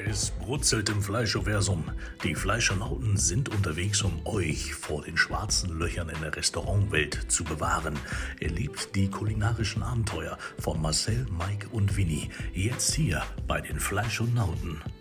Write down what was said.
Es brutzelt im Fleischoversum. Die Fleischonauten sind unterwegs, um euch vor den schwarzen Löchern in der Restaurantwelt zu bewahren. Erlebt die kulinarischen Abenteuer von Marcel, Mike und Winnie. Jetzt hier bei den Fleischonauten.